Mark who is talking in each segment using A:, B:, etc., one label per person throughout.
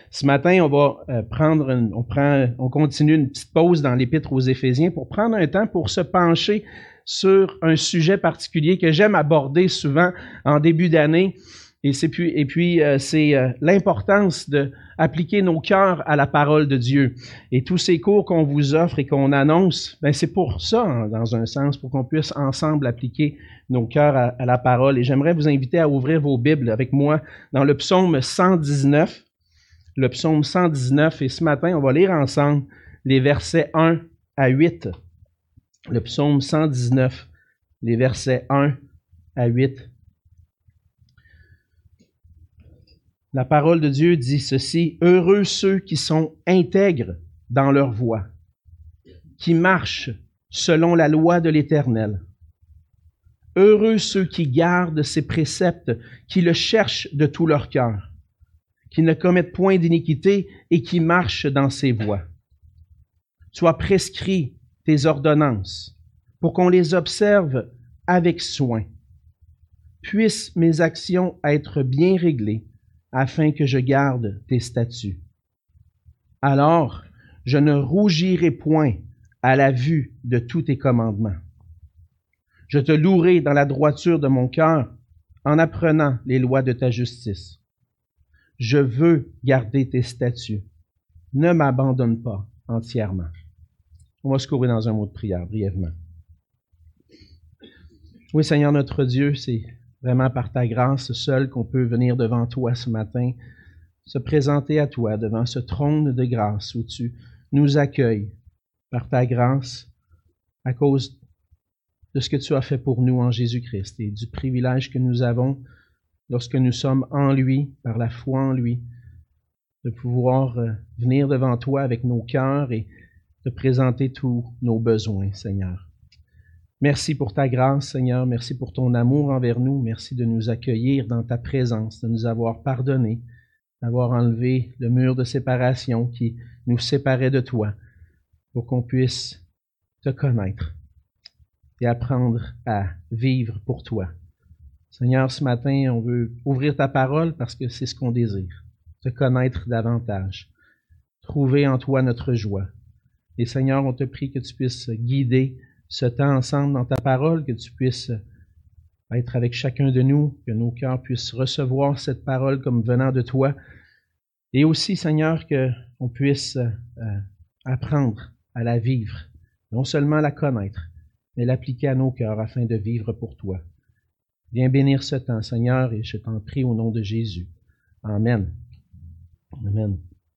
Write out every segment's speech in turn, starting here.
A: Ce matin, on va on continue une petite pause dans l'Épître aux Éphésiens pour prendre un temps pour se pencher sur un sujet particulier que j'aime aborder souvent en début d'année. Et c'est l'importance d'appliquer nos cœurs à la parole de Dieu. Et tous ces cours qu'on vous offre et qu'on annonce, c'est pour ça, dans un sens, pour qu'on puisse ensemble appliquer nos cœurs à la parole. Et j'aimerais vous inviter à ouvrir vos Bibles avec moi dans le psaume 119. Le psaume 119, et ce matin, on va lire ensemble les versets 1 à 8. Le psaume 119, les versets 1 à 8. La parole de Dieu dit ceci: « Heureux ceux qui sont intègres dans leur voie, qui marchent selon la loi de l'Éternel. Heureux ceux qui gardent ses préceptes, qui le cherchent de tout leur cœur, qui ne commettent point d'iniquité et qui marchent dans ses voies. Sois prescrit tes ordonnances, pour qu'on les observe avec soin. Puissent mes actions être bien réglées, afin que je garde tes statuts. Alors, je ne rougirai point à la vue de tous tes commandements. Je te louerai dans la droiture de mon cœur en apprenant les lois de ta justice. Je veux garder tes statuts. Ne m'abandonne pas entièrement. » On va se couvrir dans un mot de prière, brièvement. Oui, Seigneur notre Dieu, c'est vraiment par ta grâce seule qu'on peut venir devant toi ce matin, se présenter à toi devant ce trône de grâce où tu nous accueilles par ta grâce à cause de ce que tu as fait pour nous en Jésus-Christ et du privilège que nous avons lorsque nous sommes en lui, par la foi en lui, de pouvoir venir devant toi avec nos cœurs et de présenter tous nos besoins, Seigneur. Merci pour ta grâce, Seigneur. Merci pour ton amour envers nous. Merci de nous accueillir dans ta présence, de nous avoir pardonné, d'avoir enlevé le mur de séparation qui nous séparait de toi pour qu'on puisse te connaître et apprendre à vivre pour toi. Seigneur, ce matin, on veut ouvrir ta parole parce que c'est ce qu'on désire, te connaître davantage, trouver en toi notre joie. Et Seigneur, on te prie que tu puisses guider ce temps ensemble dans ta parole, que tu puisses être avec chacun de nous, que nos cœurs puissent recevoir cette parole comme venant de toi. Et aussi, Seigneur, qu'on puisse apprendre à la vivre, non seulement la connaître, mais l'appliquer à nos cœurs afin de vivre pour toi. Viens bénir ce temps, Seigneur, et je t'en prie au nom de Jésus. Amen. Amen.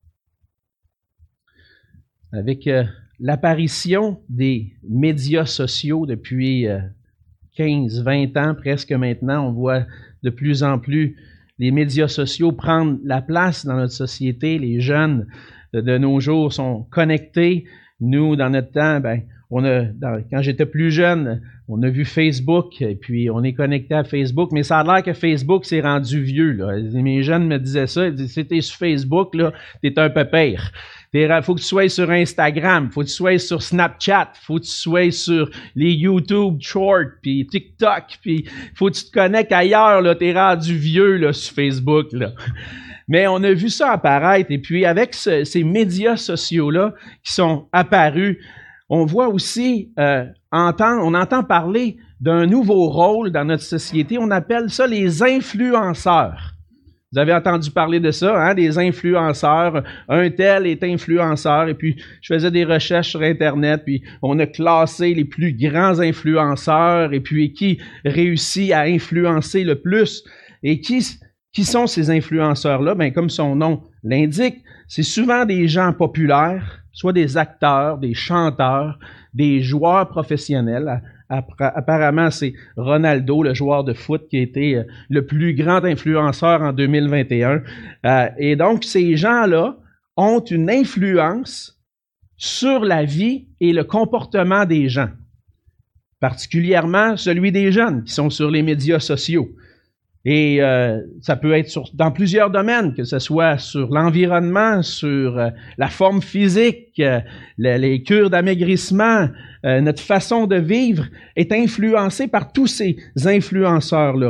A: Avec l'apparition des médias sociaux depuis 15-20 ans presque maintenant, on voit de plus en plus les médias sociaux prendre la place dans notre société. Les jeunes de nos jours sont connectés. Nous, dans notre temps, quand j'étais plus jeune, on a vu Facebook et puis on est connecté à Facebook, mais ça a l'air que Facebook s'est rendu vieux, là. Mes jeunes me disaient ça, ils disaient, si t'es sur Facebook, là, t'es un peu pire. Faut que tu sois sur Instagram, faut que tu sois sur Snapchat, faut que tu sois sur les YouTube Short, puis TikTok, puis faut que tu te connectes ailleurs, là, t'es rendu vieux là, sur Facebook. Là. Mais on a vu ça apparaître, et puis avec ces médias sociaux-là qui sont apparus, on voit aussi, on entend parler d'un nouveau rôle dans notre société, on appelle ça les influenceurs. Vous avez entendu parler de ça, hein, des influenceurs. Un tel est influenceur. Et puis, je faisais des recherches sur Internet, puis on a classé les plus grands influenceurs et puis qui réussit à influencer le plus. Et qui sont ces influenceurs-là? Bien, comme son nom l'indique, c'est souvent des gens populaires, soit des acteurs, des chanteurs, des joueurs professionnels. Apparemment, c'est Ronaldo, le joueur de foot, qui a été le plus grand influenceur en 2021. Et donc, ces gens-là ont une influence sur la vie et le comportement des gens, particulièrement celui des jeunes qui sont sur les médias sociaux. Et ça peut être dans plusieurs domaines, que ce soit sur l'environnement, sur la forme physique, les cures d'amaigrissement, notre façon de vivre est influencée par tous ces influenceurs-là.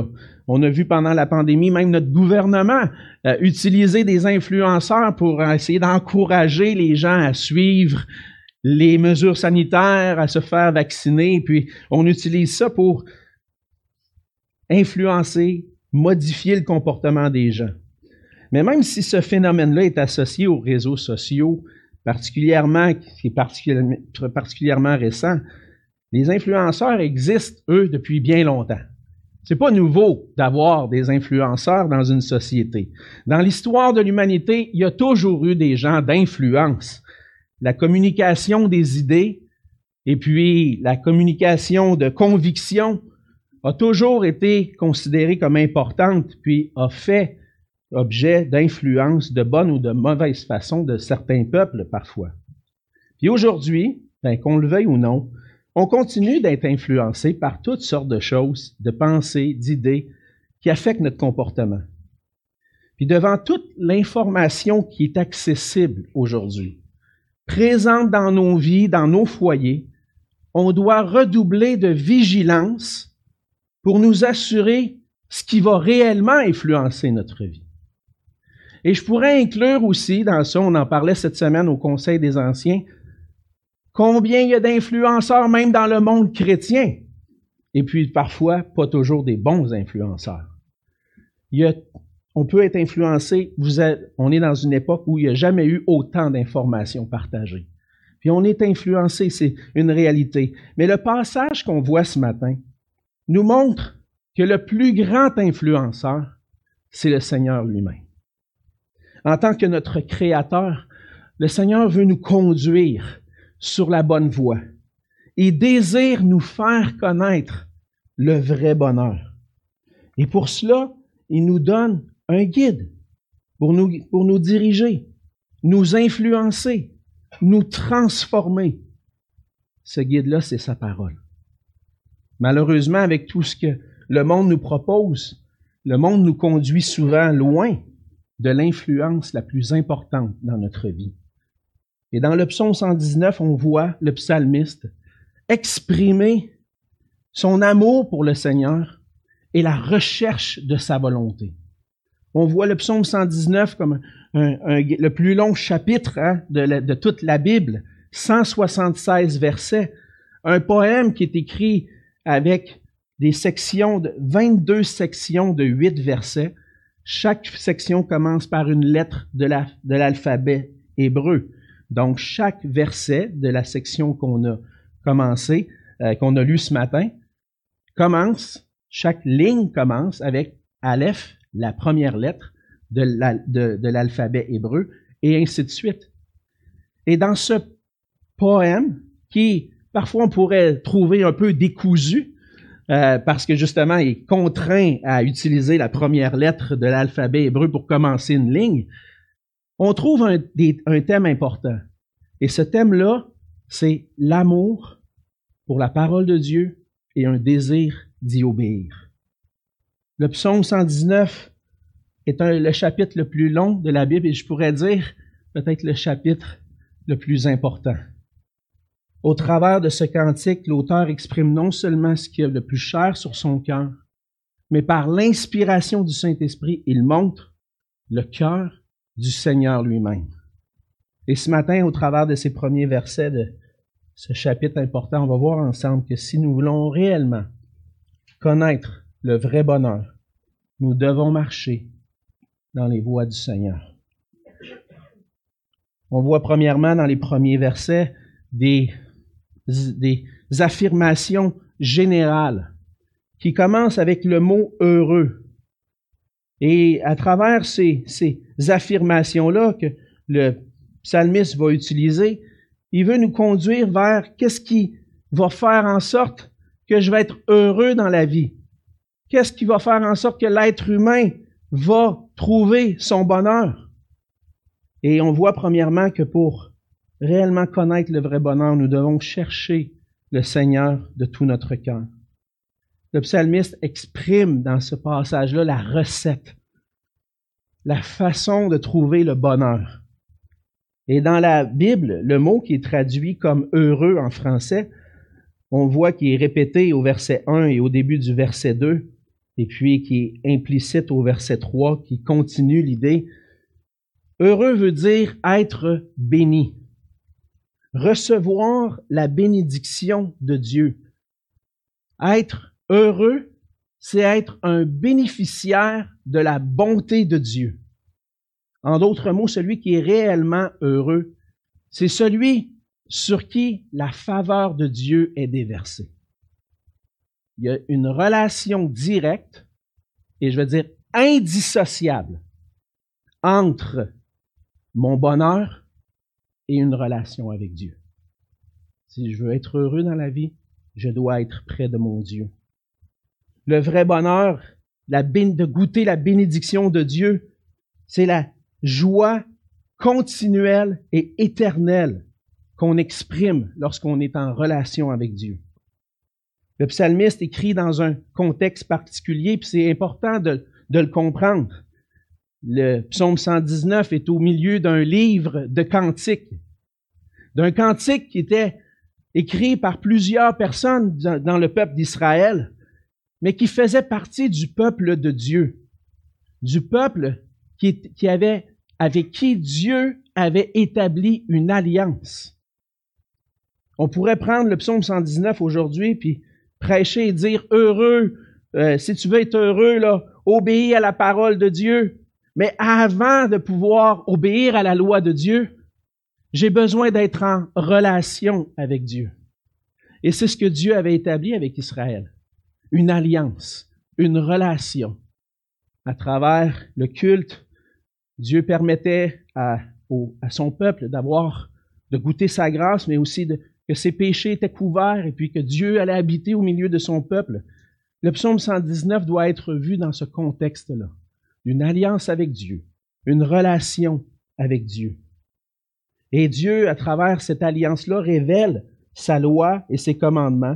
A: On a vu pendant la pandémie, même notre gouvernement utiliser des influenceurs pour essayer d'encourager les gens à suivre les mesures sanitaires, à se faire vacciner. Puis on utilise ça pour influencer, modifier le comportement des gens. Mais même si ce phénomène-là est associé aux réseaux sociaux, qui est particulièrement récent, les influenceurs existent, eux, depuis bien longtemps. C'est pas nouveau d'avoir des influenceurs dans une société. Dans l'histoire de l'humanité, il y a toujours eu des gens d'influence. La communication des idées et puis la communication de conviction a toujours été considérée comme importante, puis a fait objet d'influence de bonne ou de mauvaise façon de certains peuples parfois. Puis aujourd'hui, qu'on le veuille ou non, on continue d'être influencé par toutes sortes de choses, de pensées, d'idées qui affectent notre comportement. Puis devant toute l'information qui est accessible aujourd'hui, présente dans nos vies, dans nos foyers, on doit redoubler de vigilance pour nous assurer ce qui va réellement influencer notre vie. Et je pourrais inclure aussi, dans ça, on en parlait cette semaine au Conseil des Anciens, combien il y a d'influenceurs même dans le monde chrétien. Et puis parfois, pas toujours des bons influenceurs. On peut être influencé, on est dans une époque où il n'y a jamais eu autant d'informations partagées. Puis on est influencé, c'est une réalité. Mais le passage qu'on voit ce matin nous montre que le plus grand influenceur, c'est le Seigneur lui-même. En tant que notre Créateur, le Seigneur veut nous conduire sur la bonne voie et désire nous faire connaître le vrai bonheur. Et pour cela, il nous donne un guide pour nous diriger, nous influencer, nous transformer. Ce guide-là, c'est sa parole. Malheureusement, avec tout ce que le monde nous propose, le monde nous conduit souvent loin de l'influence la plus importante dans notre vie. Et dans le psaume 119, on voit le psalmiste exprimer son amour pour le Seigneur et la recherche de sa volonté. On voit le psaume 119 comme le plus long chapitre de toute la Bible, 176 versets, un poème qui est écrit avec des sections 22 sections de 8 versets. Chaque section commence par une lettre de l'alphabet hébreu. Donc, chaque verset de la section qu'on a commencé, qu'on a lu ce matin, chaque ligne commence avec Aleph, la première lettre de l'alphabet hébreu, et ainsi de suite. Et dans ce poème, qui parfois on pourrait trouver un peu décousu, parce que justement, il est contraint à utiliser la première lettre de l'alphabet hébreu pour commencer une ligne, on trouve un thème important. Et ce thème-là, c'est l'amour pour la parole de Dieu et un désir d'y obéir. Le psaume 119 est le chapitre le plus long de la Bible et je pourrais dire peut-être le chapitre le plus important. Au travers de ce cantique, l'auteur exprime non seulement ce qu'il y a de plus cher sur son cœur, mais par l'inspiration du Saint-Esprit, il montre le cœur du Seigneur lui-même. Et ce matin, au travers de ces premiers versets de ce chapitre important, on va voir ensemble que si nous voulons réellement connaître le vrai bonheur, nous devons marcher dans les voies du Seigneur. On voit premièrement dans les premiers versets des affirmations générales qui commencent avec le mot « heureux ». Et à travers ces affirmations-là que le psalmiste va utiliser, il veut nous conduire vers qu'est-ce qui va faire en sorte que je vais être heureux dans la vie. Qu'est-ce qui va faire en sorte que l'être humain va trouver son bonheur? Et on voit premièrement que pour réellement connaître le vrai bonheur, nous devons chercher le Seigneur de tout notre cœur. Le psalmiste exprime dans ce passage-là la recette, la façon de trouver le bonheur. Et dans la Bible, le mot qui est traduit comme « heureux » en français, on voit qu'il est répété au verset 1 et au début du verset 2. et puis qui est implicite au verset 3, qui continue l'idée. Heureux veut dire être béni, recevoir la bénédiction de Dieu. Être heureux, c'est être un bénéficiaire de la bonté de Dieu. En d'autres mots, celui qui est réellement heureux, c'est celui sur qui la faveur de Dieu est déversée. Il y a une relation directe, et je veux dire indissociable, entre mon bonheur et une relation avec Dieu. Si je veux être heureux dans la vie, je dois être près de mon Dieu. Le vrai bonheur, de goûter la bénédiction de Dieu, c'est la joie continuelle et éternelle qu'on exprime lorsqu'on est en relation avec Dieu. Le psalmiste écrit dans un contexte particulier, puis c'est important de le comprendre. Le psaume 119 est au milieu d'un livre de cantiques, d'un cantique qui était écrit par plusieurs personnes dans le peuple d'Israël, mais qui faisait partie du peuple de Dieu, du peuple avec qui Dieu avait établi une alliance. On pourrait prendre le psaume 119 aujourd'hui, puis prêcher et dire « Heureux, si tu veux être heureux, là, obéis à la parole de Dieu. » Mais avant de pouvoir obéir à la loi de Dieu, j'ai besoin d'être en relation avec Dieu. Et c'est ce que Dieu avait établi avec Israël. Une alliance, une relation. À travers le culte, Dieu permettait à son peuple de goûter sa grâce, mais aussi que ses péchés étaient couverts et puis que Dieu allait habiter au milieu de son peuple. Le psaume 119 doit être vu dans ce contexte-là. Une alliance avec Dieu, une relation avec Dieu. Et Dieu, à travers cette alliance-là, révèle sa loi et ses commandements.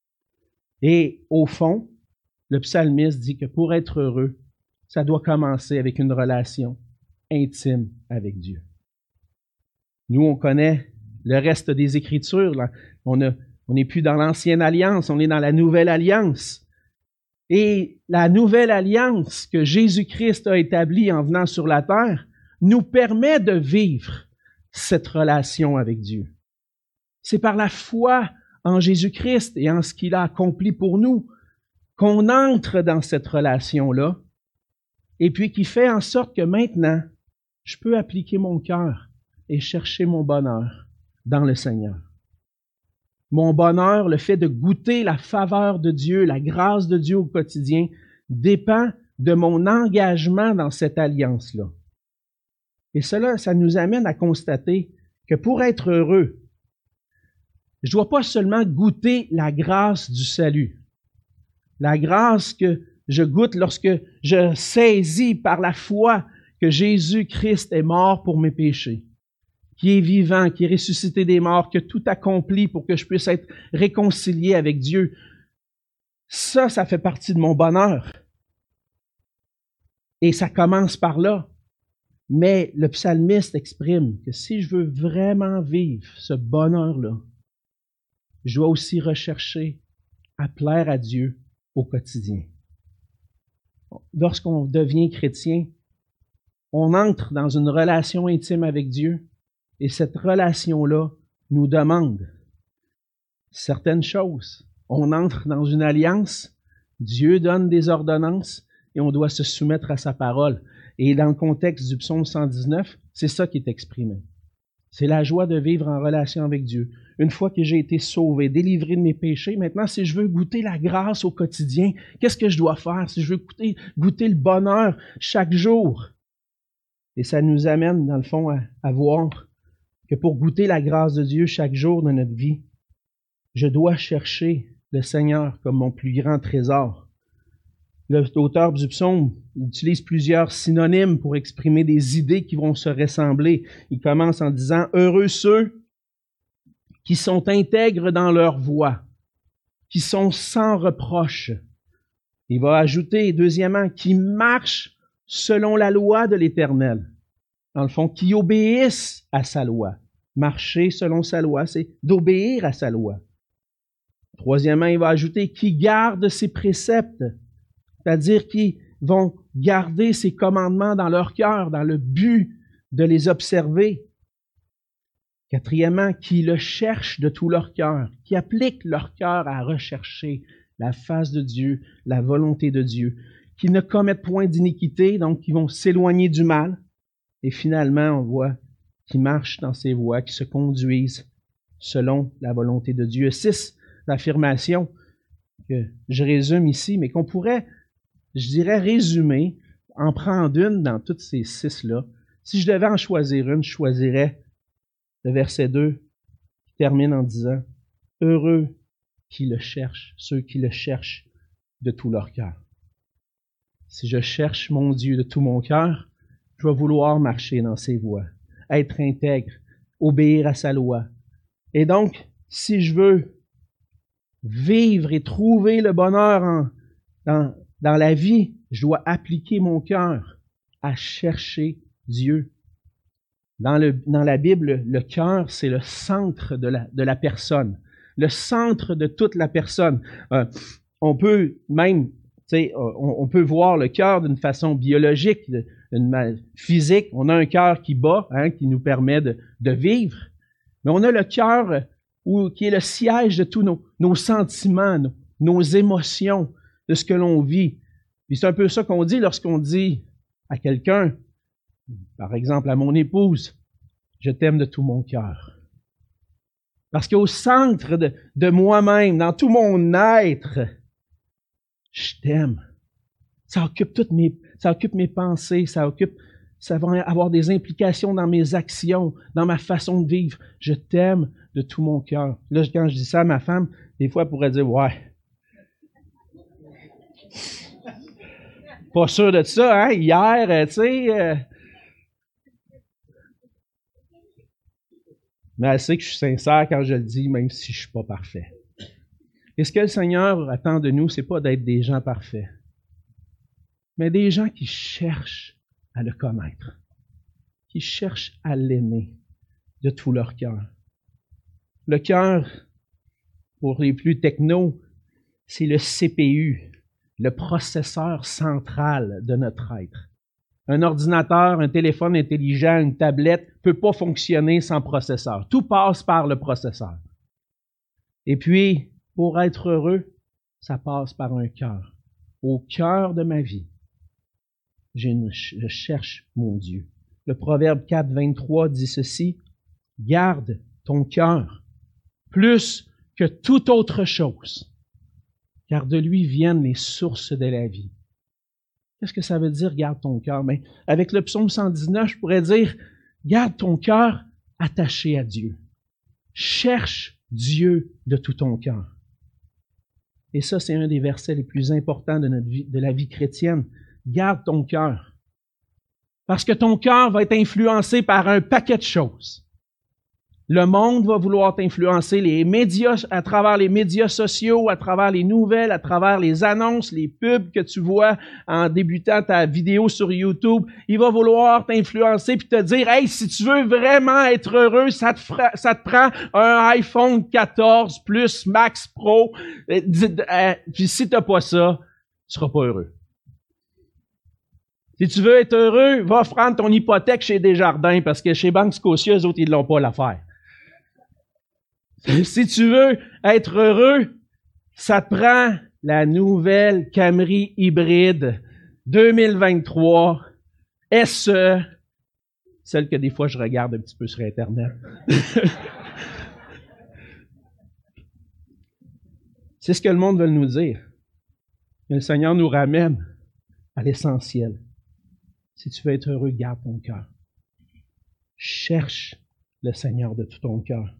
A: Et au fond, le psalmiste dit que pour être heureux, ça doit commencer avec une relation intime avec Dieu. Nous, on connaît le reste des Écritures. Là. On n'est plus dans l'ancienne alliance, on est dans la nouvelle alliance. Et la nouvelle alliance que Jésus-Christ a établie en venant sur la terre nous permet de vivre cette relation avec Dieu. C'est par la foi en Jésus-Christ et en ce qu'il a accompli pour nous qu'on entre dans cette relation-là et puis qui fait en sorte que maintenant, je peux appliquer mon cœur et chercher mon bonheur dans le Seigneur. Mon bonheur, le fait de goûter la faveur de Dieu, la grâce de Dieu au quotidien, dépend de mon engagement dans cette alliance-là. Et cela, ça nous amène à constater que pour être heureux, je ne dois pas seulement goûter la grâce du salut, la grâce que je goûte lorsque je saisis par la foi que Jésus-Christ est mort pour mes péchés, qui est vivant, qui est ressuscité des morts, qui a tout accompli pour que je puisse être réconcilié avec Dieu. Ça fait partie de mon bonheur. Et ça commence par là. Mais le psalmiste exprime que si je veux vraiment vivre ce bonheur-là, je dois aussi rechercher à plaire à Dieu au quotidien. Lorsqu'on devient chrétien, on entre dans une relation intime avec Dieu. Et cette relation-là nous demande certaines choses. On entre dans une alliance, Dieu donne des ordonnances et on doit se soumettre à sa parole. Et dans le contexte du psaume 119, c'est ça qui est exprimé. C'est la joie de vivre en relation avec Dieu. Une fois que j'ai été sauvé, délivré de mes péchés, maintenant, si je veux goûter la grâce au quotidien, qu'est-ce que je dois faire? Si je veux goûter le bonheur chaque jour? Et ça nous amène, dans le fond, à voir que pour goûter la grâce de Dieu chaque jour de notre vie, je dois chercher le Seigneur comme mon plus grand trésor. L'auteur du psaume utilise plusieurs synonymes pour exprimer des idées qui vont se ressembler. Il commence en disant « Heureux ceux qui sont intègres dans leur voie, qui sont sans reproche. » Il va ajouter, deuxièmement, « qui marchent selon la loi de l'Éternel. » Dans le fond, qui obéissent à sa loi. Marcher selon sa loi, c'est d'obéir à sa loi. Troisièmement, il va ajouter « qui gardent ses préceptes. » c'est-à-dire qui vont garder ses commandements dans leur cœur, dans le but de les observer. Quatrièmement, qui le cherchent de tout leur cœur, qui appliquent leur cœur à rechercher la face de Dieu, la volonté de Dieu, qui ne commettent point d'iniquité, donc qui vont s'éloigner du mal. Et finalement, on voit qui marchent dans ses voies, qui se conduisent selon la volonté de Dieu. 6 affirmations que je résume ici, mais qu'on pourrait, je dirais, résumer, en prendre une dans toutes ces 6-là. Si je devais en choisir une, je choisirais le verset 2 qui termine en disant « Heureux qui le cherchent, ceux qui le cherchent de tout leur cœur. » Si je cherche mon Dieu de tout mon cœur, je vais vouloir marcher dans ses voies, être intègre, obéir à sa loi. Et donc, si je veux vivre et trouver le bonheur dans la vie, je dois appliquer mon cœur à chercher Dieu. Dans la Bible, le cœur, c'est le centre de la personne, le centre de toute la personne. On peut même, on peut voir le cœur d'une façon biologique, physique. On a un cœur qui bat, qui nous permet de vivre. Mais on a le cœur qui est le siège de tous nos sentiments, nos émotions, de ce que l'on vit. Puis c'est un peu ça qu'on dit lorsqu'on dit à quelqu'un, par exemple à mon épouse, « Je t'aime de tout mon cœur. » Parce qu'au centre de moi-même, dans tout mon être, je t'aime. Ça occupe mes pensées, ça va avoir des implications dans mes actions, dans ma façon de vivre. Je t'aime de tout mon cœur. Là, quand je dis ça à ma femme, des fois, elle pourrait dire, « Ouais. Pas sûr de ça, hein? Hier, tu sais... Mais elle sait que je suis sincère quand je le dis, même si je suis pas parfait. Et ce que le Seigneur attend de nous, c'est pas d'être des gens parfaits, mais des gens qui cherchent à le connaître, qui cherchent à l'aimer de tout leur cœur. Le cœur, pour les plus technos, c'est le CPU, le processeur central de notre être. Un ordinateur, un téléphone intelligent, une tablette ne peut pas fonctionner sans processeur. Tout passe par le processeur. Et puis, pour être heureux, ça passe par un cœur. Au cœur de ma vie, je cherche mon Dieu. Le Proverbe 4, 23 dit ceci, « Garde ton cœur plus que toute autre chose, car de lui viennent les sources de la vie. » Qu'est-ce que ça veut dire, garde ton cœur? Mais avec le psaume 119, je pourrais dire, garde ton cœur attaché à Dieu. Cherche Dieu de tout ton cœur. Et ça, c'est un des versets les plus importants de la vie chrétienne. Garde ton cœur. Parce que ton cœur va être influencé par un paquet de choses. Le monde va vouloir t'influencer, les médias, à travers les médias sociaux, à travers les nouvelles, à travers les annonces, les pubs que tu vois en débutant ta vidéo sur YouTube. Il va vouloir t'influencer puis te dire, « Hey, si tu veux vraiment être heureux, ça te prend un iPhone 14 plus Max Pro. Puis si tu n'as pas ça, tu seras pas heureux. Si tu veux être heureux, va prendre ton hypothèque chez Desjardins parce que chez Banque Scotia, eux autres, ils l'ont pas l'affaire. Si tu veux être heureux, ça te prend la nouvelle Camry hybride 2023 SE, celle que des fois je regarde un petit peu sur Internet. C'est ce que le monde veut nous dire. Mais le Seigneur nous ramène à l'essentiel. Si tu veux être heureux, garde ton cœur. Cherche le Seigneur de tout ton cœur.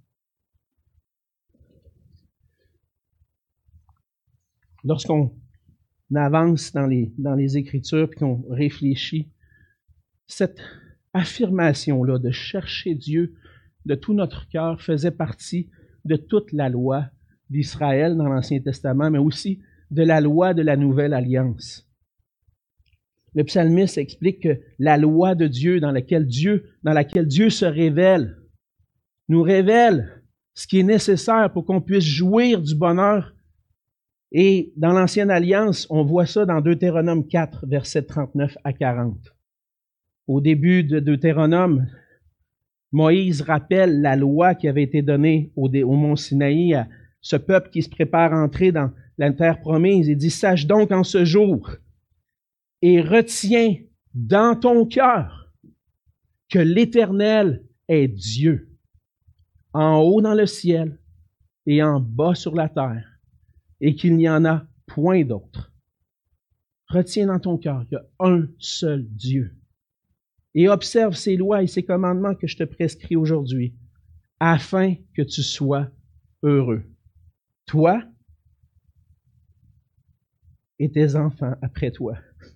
A: Lorsqu'on avance dans les Écritures et qu'on réfléchit, cette affirmation-là de chercher Dieu de tout notre cœur faisait partie de toute la loi d'Israël dans l'Ancien Testament, mais aussi de la loi de la Nouvelle Alliance. Le psalmiste explique que la loi de Dieu dans laquelle Dieu se révèle, nous révèle ce qui est nécessaire pour qu'on puisse jouir du bonheur Et dans l'Ancienne Alliance, on voit ça dans Deutéronome 4, versets 39 à 40. Au début de Deutéronome, Moïse rappelle la loi qui avait été donnée au mont Sinaï à ce peuple qui se prépare à entrer dans la terre promise. Il dit, « Sache donc en ce jour et retiens dans ton cœur que l'Éternel est Dieu, en haut dans le ciel et en bas sur la terre, et qu'il n'y en a point d'autre. Retiens dans ton cœur qu'il y a un seul Dieu. Et observe ces lois et ces commandements que je te prescris aujourd'hui, afin que tu sois heureux. Toi et tes enfants après toi.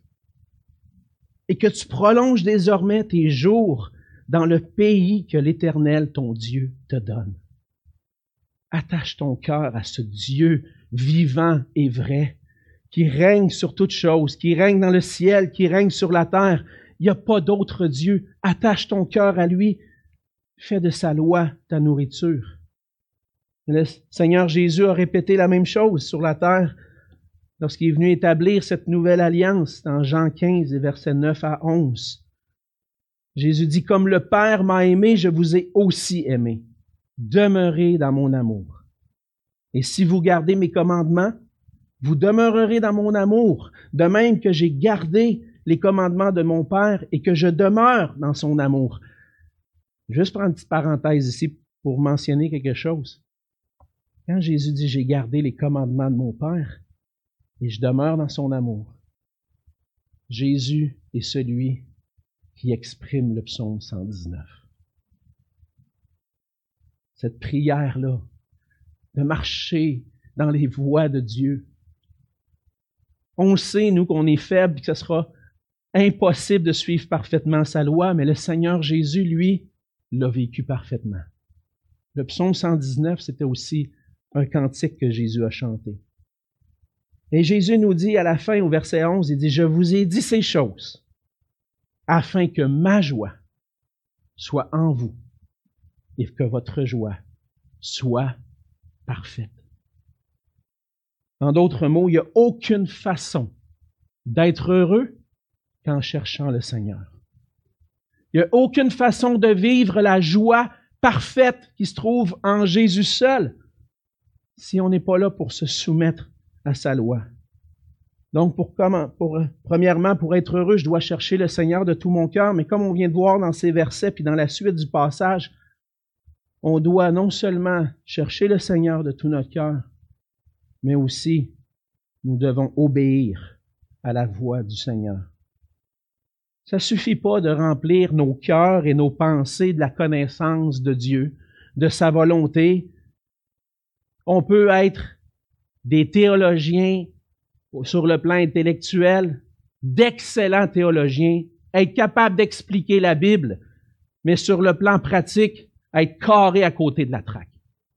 A: Et que tu prolonges désormais tes jours dans le pays que l'Éternel, ton Dieu, te donne. Attache ton cœur à ce Dieu vivant et vrai, qui règne sur toutes choses, qui règne dans le ciel, qui règne sur la terre. Il n'y a pas d'autre Dieu. Attache ton cœur à lui. Fais de sa loi ta nourriture. Le Seigneur Jésus a répété la même chose sur la terre lorsqu'il est venu établir cette nouvelle alliance dans Jean 15, versets 9 à 11. Jésus dit, « Comme le Père m'a aimé, je vous ai aussi aimé. Demeurez dans mon amour. Et si vous gardez mes commandements, vous demeurerez dans mon amour, de même que j'ai gardé les commandements de mon Père et que je demeure dans son amour. » Juste prendre une petite parenthèse ici pour mentionner quelque chose. Quand Jésus dit « J'ai gardé les commandements de mon Père et je demeure dans son amour », Jésus est celui qui exprime le psaume 119. Cette prière-là, de marcher dans les voies de Dieu. On sait, nous, qu'on est faible et que ce sera impossible de suivre parfaitement sa loi, mais le Seigneur Jésus, lui, l'a vécu parfaitement. Le psaume 119, c'était aussi un cantique que Jésus a chanté. Et Jésus nous dit à la fin, au verset 11, il dit, « Je vous ai dit ces choses, afin que ma joie soit en vous et que votre joie soit parfaite. » En d'autres mots, il n'y a aucune façon d'être heureux qu'en cherchant le Seigneur. Il n'y a aucune façon de vivre la joie parfaite qui se trouve en Jésus seul si on n'est pas là pour se soumettre à sa loi. Donc, premièrement, pour être heureux, je dois chercher le Seigneur de tout mon cœur, mais comme on vient de voir dans ces versets, puis dans la suite du passage, on doit non seulement chercher le Seigneur de tout notre cœur, mais aussi nous devons obéir à la voix du Seigneur. Ça ne suffit pas de remplir nos cœurs et nos pensées de la connaissance de Dieu, de sa volonté. On peut être des théologiens sur le plan intellectuel, d'excellents théologiens, être capables d'expliquer la Bible, mais sur le plan pratique, être carré à côté de la traque.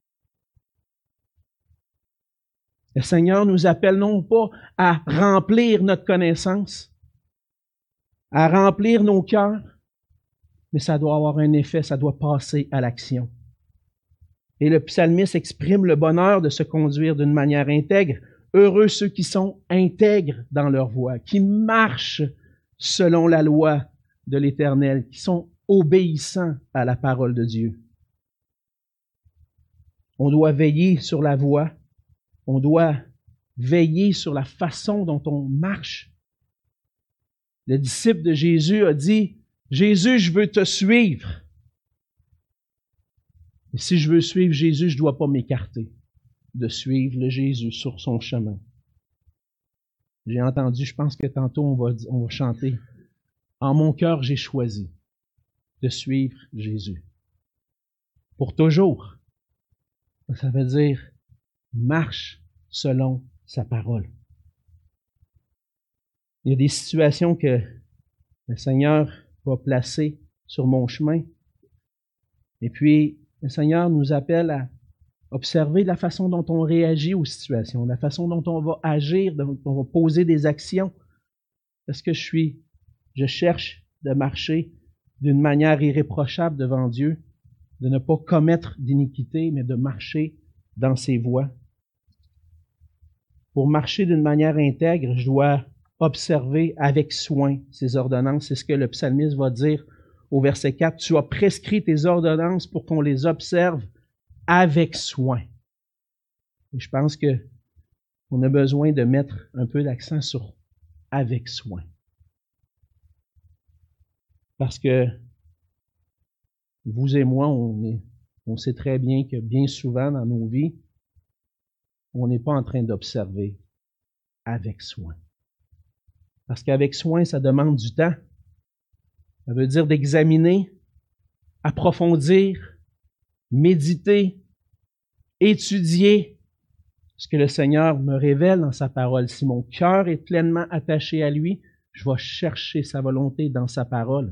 A: Le Seigneur nous appelle non pas à remplir notre connaissance, à remplir nos cœurs, mais ça doit avoir un effet, ça doit passer à l'action. Et le psalmiste exprime le bonheur de se conduire d'une manière intègre. Heureux ceux qui sont intègres dans leur voie, qui marchent selon la loi de l'Éternel, qui sont obéissants à la parole de Dieu. On doit veiller sur la voie, on doit veiller sur la façon dont on marche. Le disciple de Jésus a dit, « Jésus, je veux te suivre. » Et si je veux suivre Jésus, je ne dois pas m'écarter de suivre le Jésus sur son chemin. J'ai entendu, je pense que tantôt on va chanter, « En mon cœur, j'ai choisi de suivre Jésus. » Pour toujours. Ça veut dire, marche selon sa parole. Il y a des situations que le Seigneur va placer sur mon chemin. Et puis, le Seigneur nous appelle à observer la façon dont on réagit aux situations, la façon dont on va agir, dont on va poser des actions. Est-ce que je cherche de marcher d'une manière irréprochable devant Dieu, de ne pas commettre d'iniquité, mais de marcher dans ses voies. pour marcher d'une manière intègre, je dois observer avec soin ces ordonnances. C'est ce que le psalmiste va dire au verset 4. Tu as prescrit tes ordonnances pour qu'on les observe avec soin. Et je pense que on a besoin de mettre un peu l'accent sur avec soin. Parce que vous et moi, on sait très bien que bien souvent dans nos vies, on n'est pas en train d'observer avec soin. Parce qu'avec soin, ça demande du temps. Ça veut dire d'examiner, approfondir, méditer, étudier ce que le Seigneur me révèle dans sa parole. Si mon cœur est pleinement attaché à lui, je vais chercher sa volonté dans sa parole.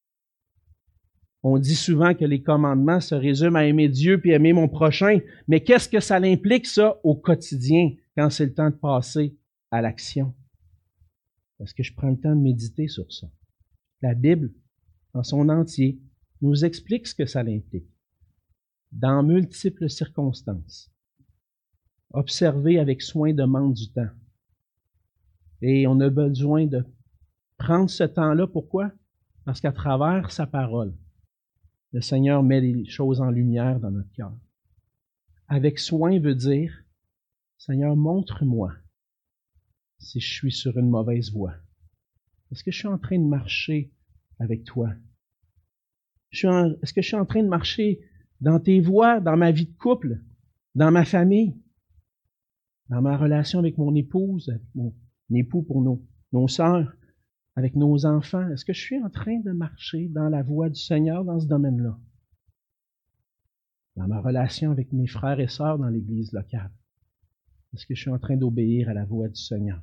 A: On dit souvent que les commandements se résument à aimer Dieu puis aimer mon prochain, mais qu'est-ce que ça implique, ça, au quotidien, quand c'est le temps de passer à l'action? Est-ce que je prends le temps de méditer sur ça? La Bible, en son entier, nous explique ce que ça implique, dans multiples circonstances. Observer avec soin demande du temps. Et on a besoin de prendre ce temps-là. Pourquoi? Parce qu'à travers sa parole, le Seigneur met les choses en lumière dans notre cœur. Avec soin veut dire, Seigneur, montre-moi si je suis sur une mauvaise voie. Est-ce que je suis en train de marcher avec toi? Est-ce que je suis en train de marcher dans tes voies, dans ma vie de couple, dans ma famille, dans ma relation avec mon épouse, avec mon époux pour nos sœurs, avec nos enfants? Est-ce que je suis en train de marcher dans la voie du Seigneur dans ce domaine-là? Dans ma relation avec mes frères et sœurs dans l'Église locale, est-ce que je suis en train d'obéir à la voix du Seigneur?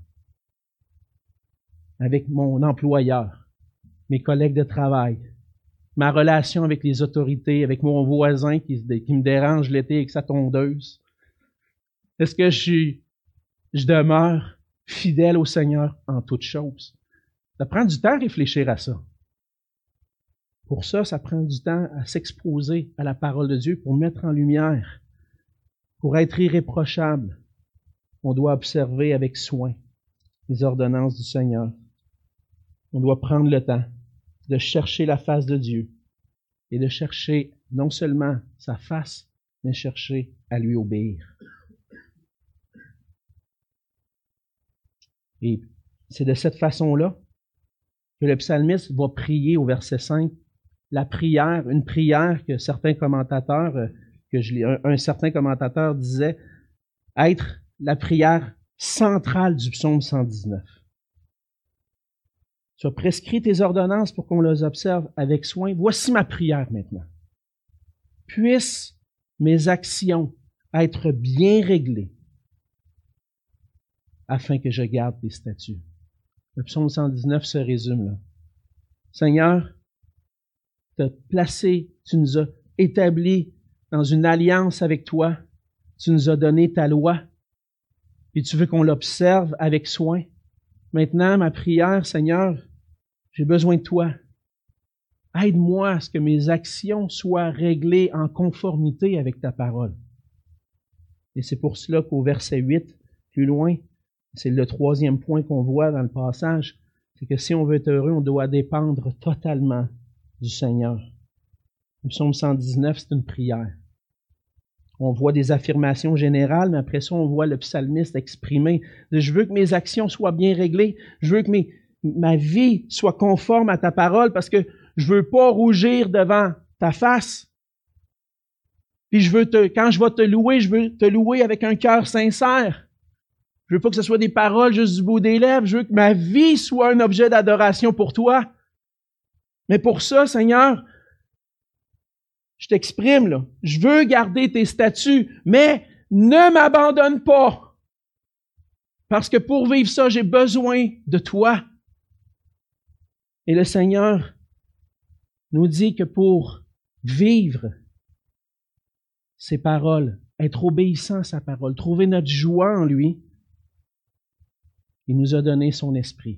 A: Avec mon employeur, mes collègues de travail, ma relation avec les autorités, avec mon voisin qui me dérange l'été avec sa tondeuse. Est-ce que je demeure fidèle au Seigneur en toutes choses? Ça prend du temps à réfléchir à ça. Pour ça, ça prend du temps à s'exposer à la parole de Dieu pour mettre en lumière. Pour être irréprochable, on doit observer avec soin les ordonnances du Seigneur. On doit prendre le temps de chercher la face de Dieu et de chercher non seulement sa face, mais chercher à lui obéir. Et c'est de cette façon-là que le psalmiste va prier au verset 5, la prière, une prière que certains commentateurs, un certain commentateur disait être la prière centrale du psaume 119. Tu as prescrit tes ordonnances pour qu'on les observe avec soin. Voici ma prière maintenant. Puissent mes actions être bien réglées afin que je garde tes statuts. Le psaume 119 se résume là. Seigneur, tu as placé, tu nous as établis dans une alliance avec toi. Tu nous as donné ta loi. Et tu veux qu'on l'observe avec soin. Maintenant, ma prière, Seigneur, j'ai besoin de toi. Aide-moi à ce que mes actions soient réglées en conformité avec ta parole. Et c'est pour cela qu'au verset 8, plus loin, c'est le troisième point qu'on voit dans le passage, c'est que si on veut être heureux, on doit dépendre totalement du Seigneur. Le psaume 119, c'est une prière. On voit des affirmations générales, mais après ça, on voit le psalmiste exprimer « Je veux que mes actions soient bien réglées, je veux que ma vie soit conforme à ta parole parce que je veux pas rougir devant ta face. Puis quand je vais te louer, je veux te louer avec un cœur sincère. Je veux pas que ce soit des paroles juste du bout des lèvres. Je veux que ma vie soit un objet d'adoration pour toi. Mais pour ça, Seigneur, je t'exprime, là. Je veux garder tes statuts, mais ne m'abandonne pas. Parce que pour vivre ça, j'ai besoin de toi. Et le Seigneur nous dit que pour vivre ses paroles, être obéissant à sa parole, trouver notre joie en lui, il nous a donné son esprit.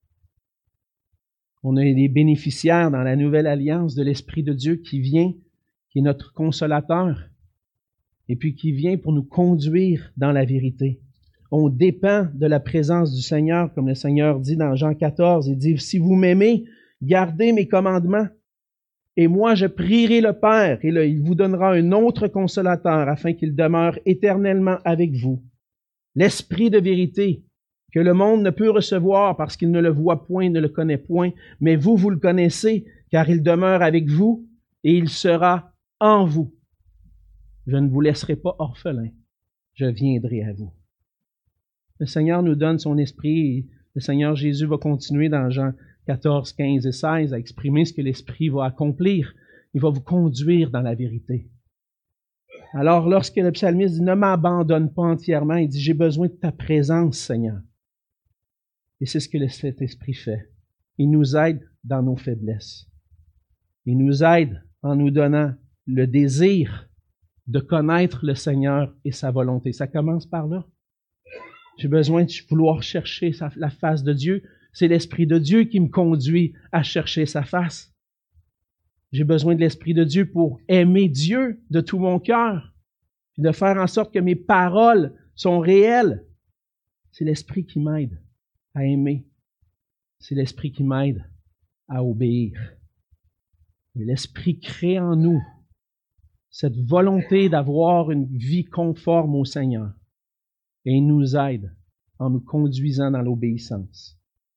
A: On est les bénéficiaires dans la nouvelle alliance de l'Esprit de Dieu qui vient, qui est notre consolateur, et puis qui vient pour nous conduire dans la vérité. On dépend de la présence du Seigneur, comme le Seigneur dit dans Jean 14. Il dit, « Si vous m'aimez, gardez mes commandements. Et moi, je prierai le Père, et il vous donnera un autre consolateur, afin qu'il demeure éternellement avec vous. L'Esprit de vérité, que le monde ne peut recevoir parce qu'il ne le voit point, ne le connaît point, mais vous, vous le connaissez, car il demeure avec vous, et il sera en vous. Je ne vous laisserai pas orphelins, je viendrai à vous. » Le Seigneur nous donne son Esprit, et le Seigneur Jésus va continuer dans Jean 14, 15 et 16 à exprimer ce que l'Esprit va accomplir. Il va vous conduire dans la vérité. Alors, lorsque le psalmiste dit « Ne m'abandonne pas entièrement », il dit « J'ai besoin de ta présence, Seigneur. » Et c'est ce que cet Esprit fait. Il nous aide dans nos faiblesses. Il nous aide en nous donnant le désir de connaître le Seigneur et sa volonté. Ça commence par là. J'ai besoin de vouloir chercher la face de Dieu. C'est l'Esprit de Dieu qui me conduit à chercher sa face. J'ai besoin de l'Esprit de Dieu pour aimer Dieu de tout mon cœur, puis de faire en sorte que mes paroles sont réelles. C'est l'Esprit qui m'aide à aimer. C'est l'Esprit qui m'aide à obéir. Et l'Esprit crée en nous cette volonté d'avoir une vie conforme au Seigneur. Et il nous aide en nous conduisant dans l'obéissance.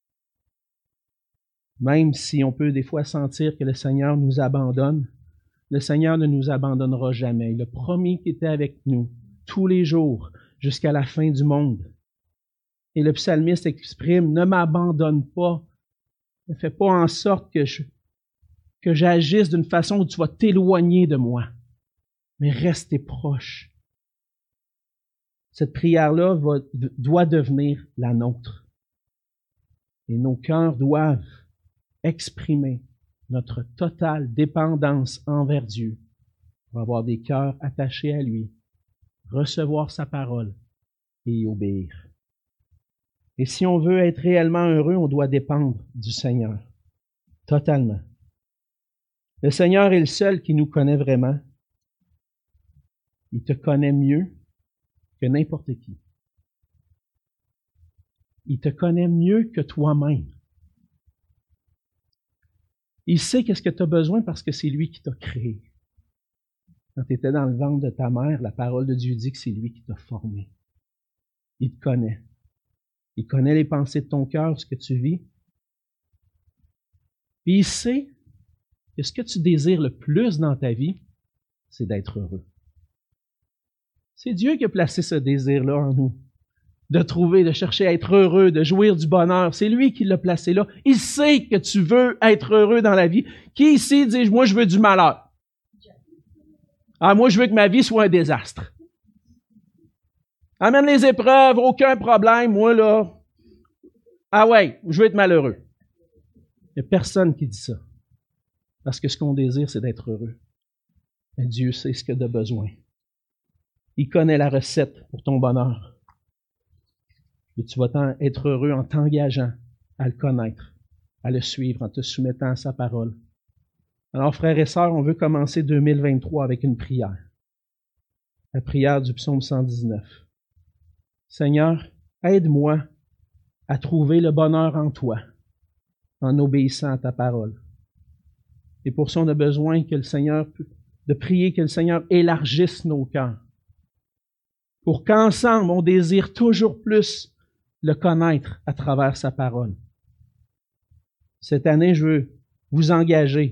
A: Même si on peut des fois sentir que le Seigneur nous abandonne, le Seigneur ne nous abandonnera jamais. Il a promis qu'il était avec nous tous les jours jusqu'à la fin du monde. Et le psalmiste exprime, « Ne m'abandonne pas, ne fais pas en sorte que j'agisse d'une façon où tu vas t'éloigner de moi, mais restez proche. » Cette prière-là doit devenir la nôtre. Et nos cœurs doivent exprimer notre totale dépendance envers Dieu pour avoir des cœurs attachés à lui, recevoir sa parole et y obéir. Et si on veut être réellement heureux, on doit dépendre du Seigneur, totalement. Le Seigneur est le seul qui nous connaît vraiment. Il te connaît mieux que n'importe qui. Il te connaît mieux que toi-même. Il sait qu'est-ce que tu as besoin parce que c'est lui qui t'a créé. Quand tu étais dans le ventre de ta mère, la parole de Dieu dit que c'est lui qui t'a formé. Il te connaît. Il connaît les pensées de ton cœur, ce que tu vis. Puis il sait que ce que tu désires le plus dans ta vie, c'est d'être heureux. C'est Dieu qui a placé ce désir-là en nous. De trouver, de chercher à être heureux, de jouir du bonheur. C'est lui qui l'a placé là. Il sait que tu veux être heureux dans la vie. Qui ici dit, moi je veux du malheur? Ah, moi je veux que ma vie soit un désastre. Amène les épreuves, aucun problème, moi là. Ah ouais, je veux être malheureux. Il n'y a personne qui dit ça. Parce que ce qu'on désire, c'est d'être heureux. Et Dieu sait ce que tu as besoin. Il connaît la recette pour ton bonheur. Et tu vas être heureux en t'engageant à le connaître, à le suivre, en te soumettant à sa parole. Alors, frères et sœurs, on veut commencer 2023 avec une prière. La prière du psaume 119. Seigneur, aide-moi à trouver le bonheur en toi, en obéissant à ta parole. Et pour ça, on a besoin de prier que le Seigneur élargisse nos cœurs. Pour qu'ensemble, on désire toujours plus le connaître à travers sa parole. Cette année, je veux vous engager,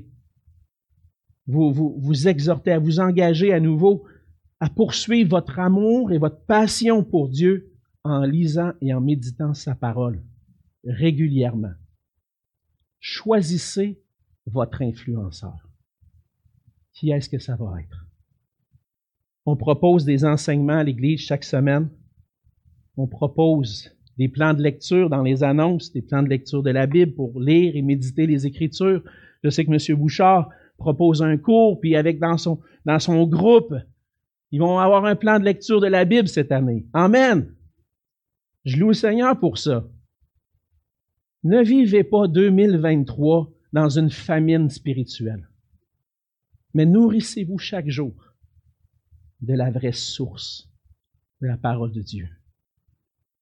A: vous exhorter à vous engager à nouveau à poursuivre votre amour et votre passion pour Dieu en lisant et en méditant sa parole régulièrement. Choisissez votre influenceur. Qui est-ce que ça va être? On propose des enseignements à l'Église chaque semaine. On propose des plans de lecture dans les annonces, des plans de lecture de la Bible pour lire et méditer les Écritures. Je sais que M. Bouchard propose un cours, puis dans son groupe, ils vont avoir un plan de lecture de la Bible cette année. Amen! Je loue le Seigneur pour ça. Ne vivez pas 2023 dans une famine spirituelle, mais nourrissez-vous chaque jour de la vraie source de la parole de Dieu.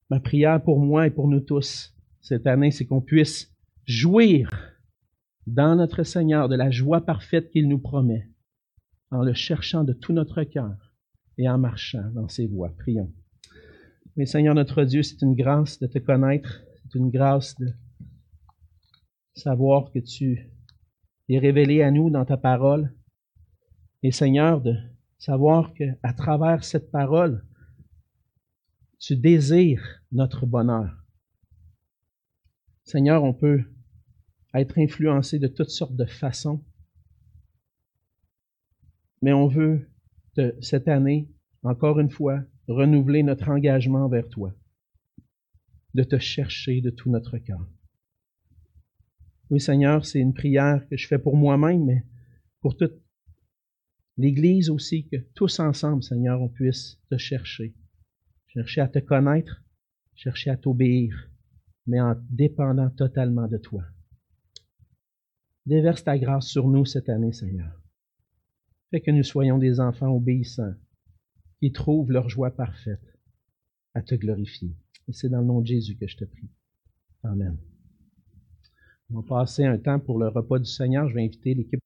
A: Ma prière pour moi et pour nous tous cette année, c'est qu'on puisse jouir dans notre Seigneur de la joie parfaite qu'il nous promet, en le cherchant de tout notre cœur et en marchant dans ses voies. Prions. Mais Seigneur notre Dieu, c'est une grâce de te connaître, c'est une grâce de savoir que tu es révélé à nous dans ta parole. Et Seigneur, de savoir qu'à travers cette parole, tu désires notre bonheur. Seigneur, on peut être influencé de toutes sortes de façons, mais on veut, cette année, encore une fois, renouveler notre engagement vers toi, de te chercher de tout notre cœur. Oui, Seigneur, c'est une prière que je fais pour moi-même, mais pour toute l'Église aussi, que tous ensemble, Seigneur, on puisse te chercher à te connaître, chercher à t'obéir, mais en dépendant totalement de toi. Déverse ta grâce sur nous cette année, Seigneur. Fais que nous soyons des enfants obéissants, qui trouvent leur joie parfaite à te glorifier. Et c'est dans le nom de Jésus que je te prie. Amen. On va passer un temps pour le repas du Seigneur. Je vais inviter l'équipe